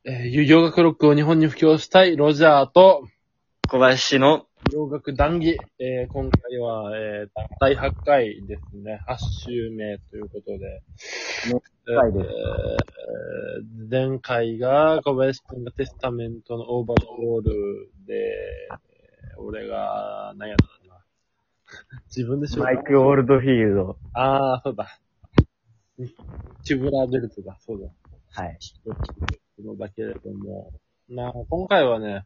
洋楽ロックを日本に布教したいロジャーと、 小林の、 洋楽談義、今回は、第8回ですね。8週目ということで。 回です前回が小林くんがテスタメントのオーバーオールで、俺が、何やったかな。自分でしょうマイク・オールドフィールド。 あー、そうだ。チュブラベルトだ、そうだ。 はい。 のだけれども、今回はね、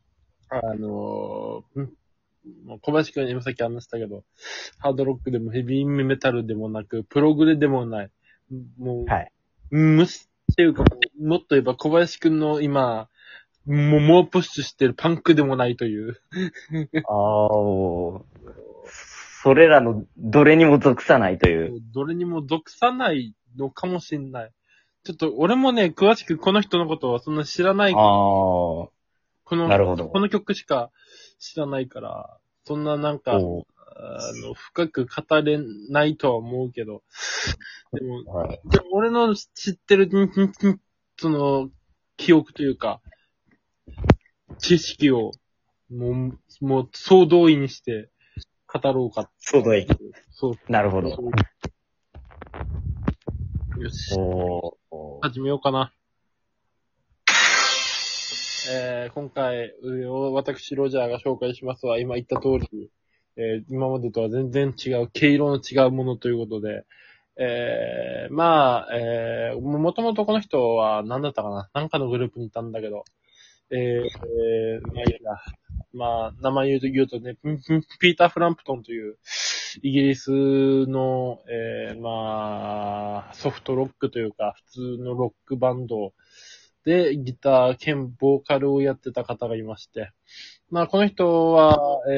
もう小林くんにもさっき話したけど、ハードロックでもヘビーメタルでもなく、プログレでもない。もはい。 う、っていうかもっと言えば小林くんの今、猛プッシュしてるパンクでもないという。 それらのどれにも属さないという。 どれにも属さないのかもしんない。ちょっと俺もね、詳しくこの人のことはそんな知らない。こなるほど。 の曲しか知らないから、そんななんか、深く語れないとは思うけど、でも、 はい、 俺の知ってる、その、記憶というか、知識を、もう総動員して語ろうか。 総動員。 そう。 なるほど。 よし。始めようかな。今回、私、ロジャーが紹介しますは、今言った通り、今までとは全然違う、毛色の違うものということで、もともとこの人は何だったかな、なんかのグループにいたんだけど、まあいいや。まあ、名前言うとね、ピーター・フランプトンという、イギリスの、ソフトロックというか、普通のロックバンドで、ギター兼ボーカルをやってた方がいまして、まあ、この人は、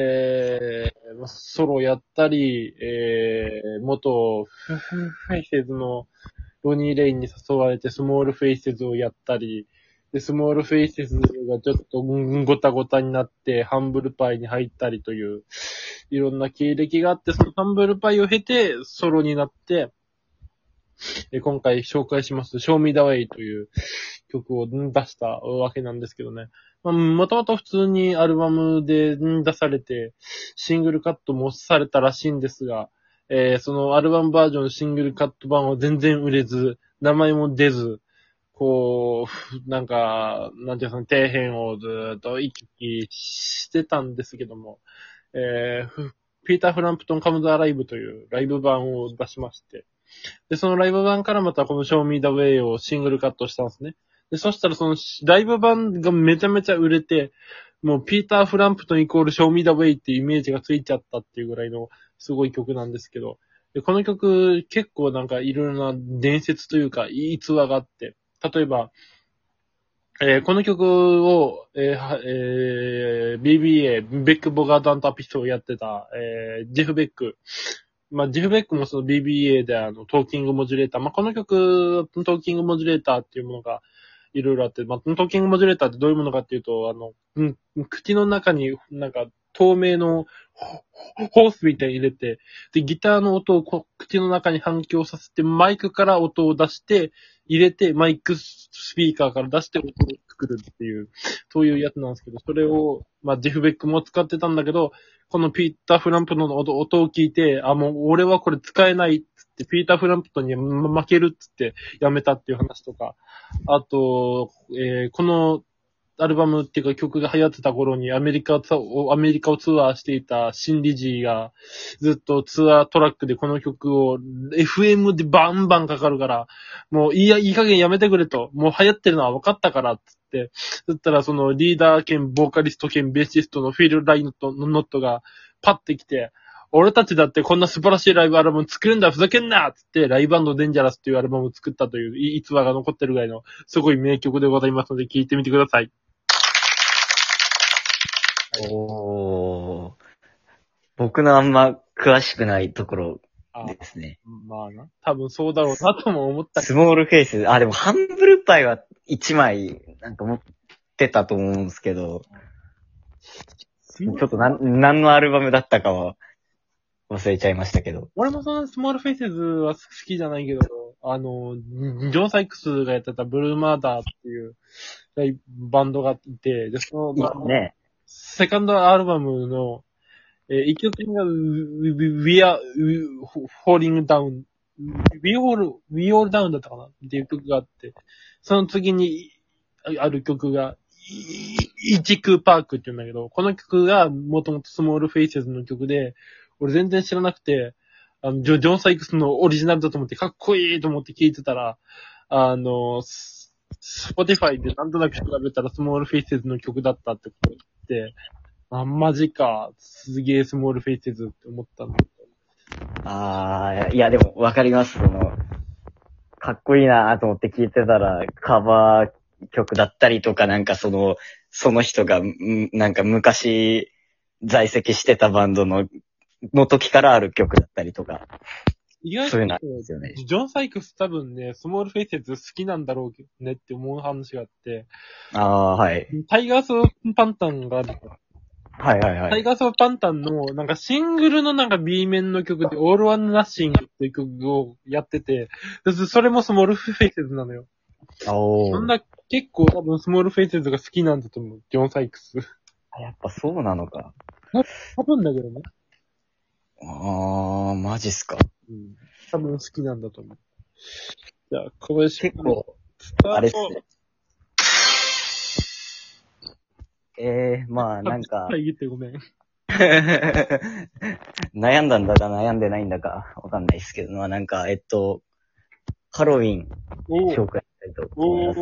ソロやったり、元フェイセズのロニー・レインに誘われてスモールフェイセズをやったり、で、スモールフェイセズがちょっとごたごたになってハンブルパイに入ったりという、いろんな経歴があって、そのハンブルパイを経てソロになって、今回紹介します、Show Me the Way という曲を出したわけなんですけどね。もともと普通にアルバムで出されて、シングルカットもされたらしいんですが、そのアルバムバージョンシングルカット版は全然売れず、名前も出ず、こう、なんていうか、底辺をずっと行き来してたんですけども、ピーター・フランプトン・カム・ザ・ライブというライブ版を出しまして、で、そのライブ版からまたこの Show Me the Way をシングルカットしたんですね。で、そしたらそのライブ版がめちゃめちゃ売れて、もうピーター・フランプトンイコール Show Me the Way っていうイメージがついちゃったっていうぐらいのすごい曲なんですけど、でこの曲結構なんかいろいろな伝説というか逸話があって、例えば、この曲を、BBA、ベック・ボガーダント・アピストをやってた、ジェフ・ベック。ジェフ・ベックもその BBA でトーキングモジュレーター。この曲、トーキングモジュレーターっていうものがいろいろあって、トーキングモジュレーターってどういうものかっていうと、口の中になんか透明のホースみたいに入れて、で、ギターの音を口の中に反響させて、マイクから音を出して、入れて、マイクスピーカーから出して音を作るっていう、そういうやつなんですけど、それを、ジェフ・ベックも使ってたんだけど、このピーター・フランプトンの音を聞いて、もう俺はこれ使えないっつって、ピーター・フランプトンに負けるっつってやめたっていう話とか、あと、このアルバムっていうか曲が流行ってた頃にアメリカをツアーしていたシン・リジーがずっとツアートラックでこの曲を FM でバンバンかかるから、もういい加減やめてくれと、もう流行ってるのは分かったからっつって、そしたらそのリーダー兼ボーカリスト兼ベーシストのフィル・ライノットがパッて来て、俺たちだってこんな素晴らしいライブアルバム作るんだ、ふざけんなっつって、ライブ&デンジャラスっていうアルバムを作ったという逸話が残ってるぐらいのすごい名曲でございますので、聴いてみてください。 僕のあんま詳しくないところですね。 まあな。多分そうだろうなとも思った。 スモールフェイス。でもハンブルパイは1枚なんか持ってたと思うんですけど、ちょっと何のアルバムだったかは忘れちゃいましたけど。 俺もそのスモールフェイセズは好きじゃないけど、 ジョン・サイクスがやってたブルーマーダーっていうバンドがいて、で、その、 ね。 セカンドアルバムの、一曲目が We Are Falling Down We All Down だったかなっていう曲があって、その次にある曲がイチクパークって言うんだけど、この曲がもともとスモールフェイセズの曲で、俺全然知らなくて、ジョン・サイクスのオリジナルだと思ってかっこいいと思って聴いてたら、Spotify でなんとなく調べたらスモールフェイセズの曲だったってことで、マジか、すげえスモールフェイセズって思ったんだけいやでもわかります。かっこいいなと思って聞いてたら、カバー曲だったりとか、なんかその人が、なんか昔在籍してたバンドの時からある曲だったりとか。 意外とそういうのあるんですよね。 ジョン・サイクス多分ね、スモールフェイセズ好きなんだろうねって思う話があって、 はい。 タイガース・パンタンがあるからはいはいはい。 タイガース・パンタンのなんかシングルのなんか B 面の曲で All or Nothing っていう曲をやってて、それもスモールフェイセズなのよ。そんな結構多分スモールフェイセズが好きなんだと思う、ジョン・サイクス。 やっぱそうなのか。 多分だけどね。 マジっすか。 うん。多分好きなんだと思う。じゃあ、小林結構、あれっすね。まあなんか。 はい、言ってごめん。 悩んだんだか悩んでないんだかわかんないですけど、まあなんか、ハロウィン紹介したいと思います。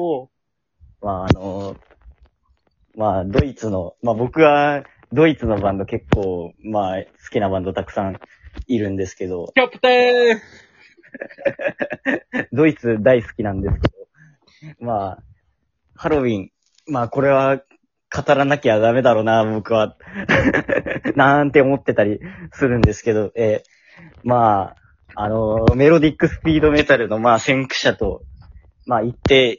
まあドイツの、まあ僕はドイツのバンド結構、まあ好きなバンドたくさんいるんですけど。 キャプテンドイツ大好きなんですけど、まあ、ハロウィン、まあこれは語らなきゃダメだろうな、僕は。なんて思ってたりするんですけど、まあ、メロディックスピードメタルの、まあ、先駆者と、まあ、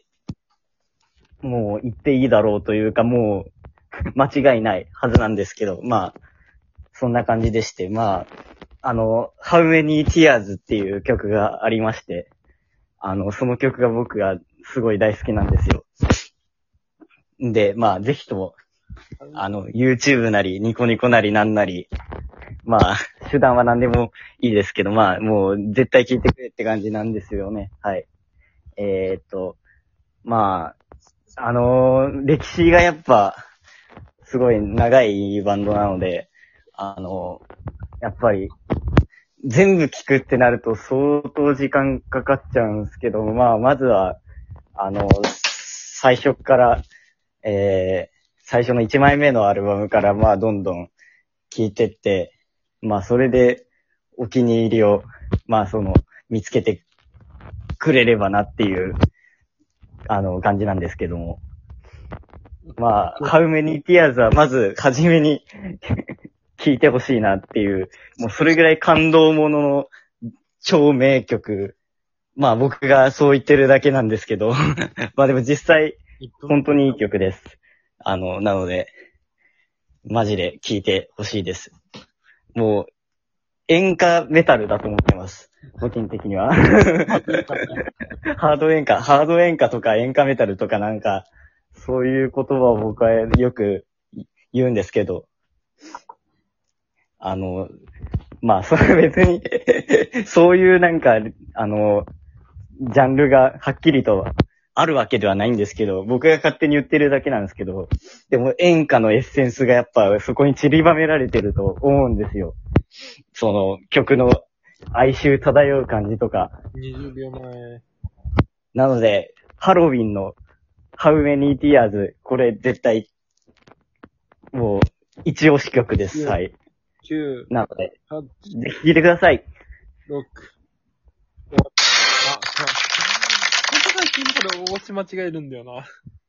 もう言っていいだろうというか、もう、間違いないはずなんですけど、まあ、そんな感じでして、まあ、How Many Tears っていう曲がありまして、その曲が僕がすごい大好きなんですよ。で、まあ、ぜひとも、YouTube なり、ニコニコなりなんなり、まあ、手段は何でもいいですけど、まあ、もう、絶対聞いてくれって感じなんですよね。はい。まあ、歴史がやっぱ、すごい長いバンドなので、やっぱり、全部聞くってなると相当時間かかっちゃうんですけど、まあ、まずは、最初から、最初の1枚目のアルバムから、まあ、どんどん聴いてって、まあ、それでお気に入りを、まあ、見つけてくれればなっていう、感じなんですけども。まあ、How Many Tears はまず、はじめに聴いてほしいなっていう、もうそれぐらい感動ものの超名曲。まあ、僕がそう言ってるだけなんですけど、まあでも実際、本当にいい曲です。なので、マジで聴いてほしいです。もう、演歌メタルだと思ってます。個人的には。ハード演歌とか演歌メタルとかなんか、そういう言葉を僕はよく言うんですけど、まあ、それは別に、そういうなんか、ジャンルがはっきりとあるわけではないんですけど、僕が勝手に言ってるだけなんですけど、でも演歌のエッセンスがやっぱそこに散りばめられてると思うんですよ。その曲の哀愁漂う感じとか。 20秒前。 なので、ハロウィンの How Many Tears、これ絶対、もう、一押し曲です。はい。 9、 なので、 8、 ぜひ聴いてください。 6、これ押し間違えるんだよな。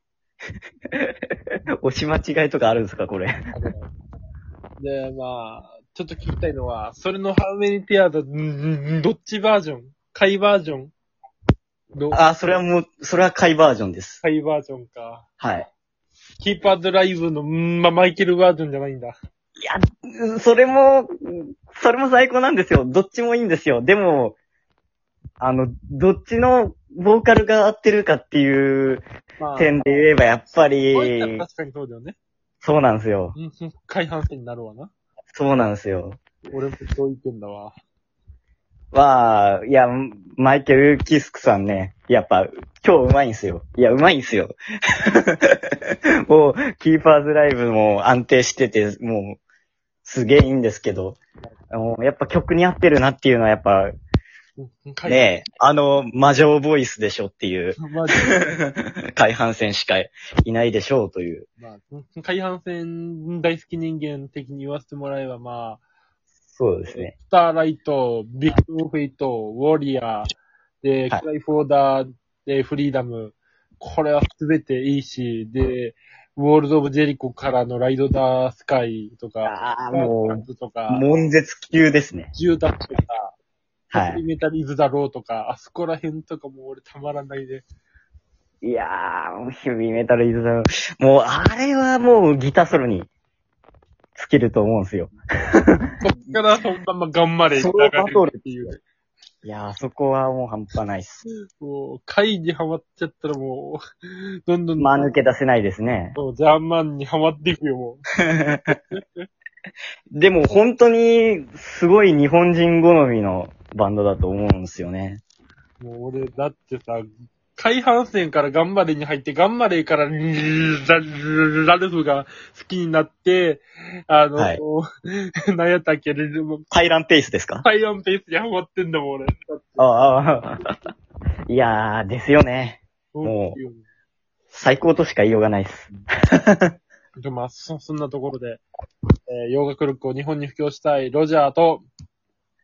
押し間違いとかあるんですか、これ。 で、まあ、ちょっと聞きたいのは、それの How Many Tears どっちバージョン？貝バージョン？ それはもう、それは貝バージョンです。 貝バージョンか。 はい。 キーパードライブの、マイケルバージョンじゃないんだ。 いや、それも最高なんですよ。どっちもいいんですよ。でも、 どっちのボーカルが合ってるかっていうまあ、 点で言えば、やっぱそういったらり、 確かにそうだよね。 そうなんですよ。 海反戦になるわな。 そうなんですよ。 俺もそう言ってんだわ。 まあ、いや、マイケル・キスクさんね、やっぱ、今日うまいんすよ。いや、うまいんすよ。もう、キーパーズライブも安定してて、もう、すげえいいんですけど、やっぱ曲に合ってるなっていうのはやっぱ、ねえ、魔女ボイスでしょっていう、 まあ、 海反戦しかいないでしょうという。 まあ、海反戦大好き人間的に言わせてもらえば、まあ、 そうですね。 スターライト、ビッグフェイト、ウォリアー、で、 はいクライフォーダー、で、フリーダム、これはすべていいし、で、ウォールド・オブ・ジェリコからのライド・ダー・スカイとか、 ああ、もとう、 か、 悶絶級ですね。 ジューダッチとか、 はい。 メタリーズだろうとか、あそこら辺とかも俺たまらないで。 いやー、ヘビーメタルイズダウン。もう、あれはもうギターソロに尽きると思うんですよ。 そっからそのまま頑張れ、 ソロバトルっていう。 いやー、そこはもう半端ないっす。 もう、会にハマっちゃったらもう、どんどん、 まあ抜け出せないですね。 ジャーマンにハマっていくよ、もでも本当にすごい日本人好みのバンドだと思うんですよね。 う。もう俺、だってさ、海反戦から頑張れに入って、頑張れからラルフが好きになって、 はいなんやったっけ、もうパイランペースですか？ パイオンペースにハマってんだもん、俺。 ああ。いやー、ですよね。もう最高としか言いようがないっす。 でまあ、そんなところで、洋楽ロックを日本に布教したいロジャーと、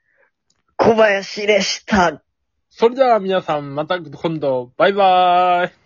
小林でした。 それでは皆さんまた今度、バイバーイ